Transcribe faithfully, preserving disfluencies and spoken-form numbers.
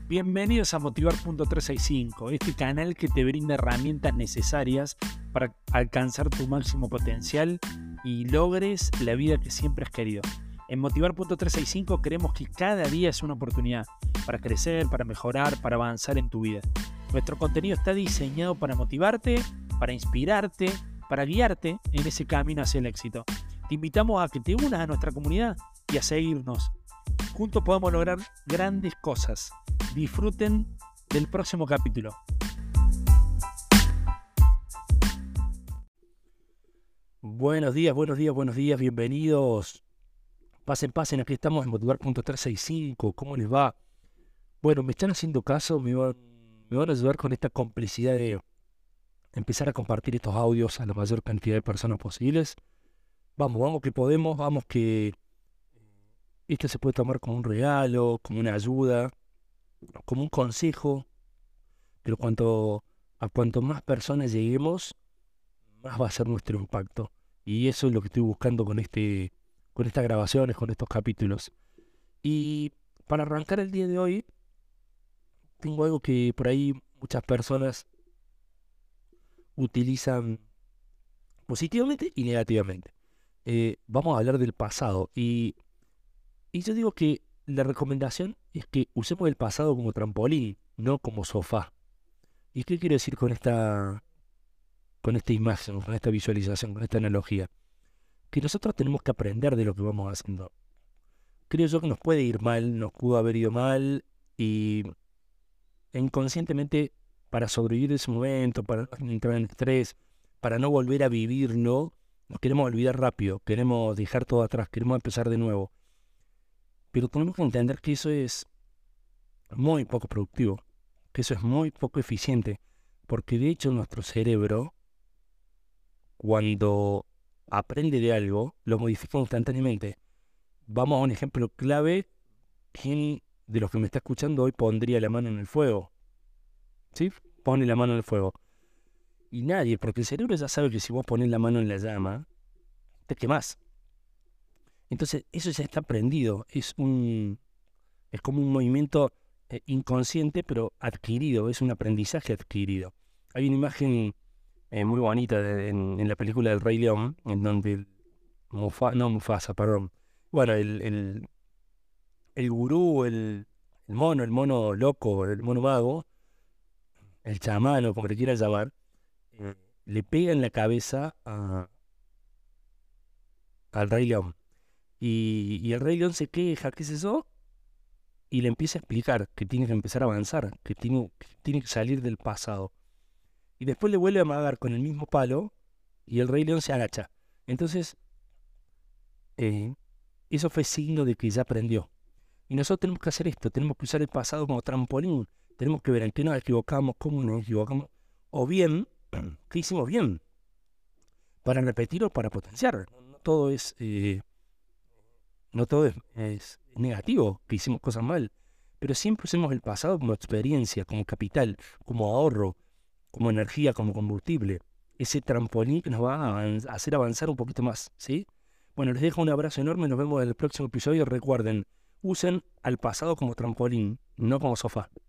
Bienvenidos a Motivar punto trescientos sesenta y cinco, este canal que te brinda herramientas necesarias para alcanzar tu máximo potencial y logres la vida que siempre has querido. En Motivar punto trescientos sesenta y cinco creemos que cada día es una oportunidad para crecer, para mejorar, para avanzar en tu vida. Nuestro contenido está diseñado para motivarte, para inspirarte, para guiarte en ese camino hacia el éxito. Te invitamos a que te unas a nuestra comunidad y a seguirnos. Juntos podemos lograr grandes cosas. Disfruten del próximo capítulo. Buenos días, buenos días, buenos días, bienvenidos. Pasen, pasen, aquí estamos en Motivar punto trescientos sesenta y cinco. ¿Cómo les va? Bueno, me están haciendo caso, me van, me van a ayudar con esta complicidad de empezar a compartir estos audios a la mayor cantidad de personas posibles. Vamos, vamos que podemos, vamos que esto se puede tomar como un regalo, como una ayuda, como un consejo, pero cuanto, a cuanto más personas lleguemos, más va a ser nuestro impacto. Y eso es lo que estoy buscando con, este, con estas grabaciones, con estos capítulos. Y para arrancar el día de hoy, tengo algo que por ahí muchas personas utilizan positivamente y negativamente. Eh, vamos a hablar del pasado. Y, y yo digo que la recomendación es que usemos el pasado como trampolín, no como sofá. ¿Y qué quiero decir con esta, con esta imagen, con esta visualización, con esta analogía? Que nosotros tenemos que aprender de lo que vamos haciendo. Creo yo que nos puede ir mal, nos pudo haber ido mal, y inconscientemente, para sobrevivir ese momento, para no entrar en estrés, para no volver a vivirlo, nos queremos olvidar rápido, queremos dejar todo atrás, queremos empezar de nuevo. Pero tenemos que entender que eso es muy poco productivo, que eso es muy poco eficiente, porque de hecho nuestro cerebro, cuando aprende de algo, lo modifica instantáneamente. Vamos a un ejemplo clave. ¿Quién de los que me está escuchando hoy pondría la mano en el fuego? ¿Sí? Pone la mano en el fuego. Y nadie, porque el cerebro ya sabe que si vos pones la mano en la llama, te quemás. Entonces, eso ya está aprendido. Es un es como un movimiento eh, inconsciente, pero adquirido. Es un aprendizaje adquirido. Hay una imagen eh, muy bonita de, en, en la película del Rey León, en donde el Mufa, no Mufasa, perdón. Bueno, el, el, el gurú, el, el mono, el mono loco, el mono mago, el chamano, como le quieras llamar, eh, le pega en la cabeza a, al Rey León. Y, y el Rey León se queja, ¿qué es eso? Y le empieza a explicar que tiene que empezar a avanzar, que tiene, que tiene que salir del pasado. Y después le vuelve a amagar con el mismo palo y el Rey León se agacha. Entonces, eh, eso fue signo de que ya aprendió. Y nosotros tenemos que hacer esto, tenemos que usar el pasado como trampolín. Tenemos que ver en qué nos equivocamos, cómo nos equivocamos, o bien, qué hicimos bien, para repetir o para potenciar. No todo es... Eh, No todo es, es negativo, que hicimos cosas mal, pero siempre usemos el pasado como experiencia, como capital, como ahorro, como energía, como combustible. Ese trampolín que nos va a avan- a hacer avanzar un poquito más, ¿sí? Bueno, les dejo un abrazo enorme, nos vemos en el próximo episodio. Recuerden, usen al pasado como trampolín, no como sofá.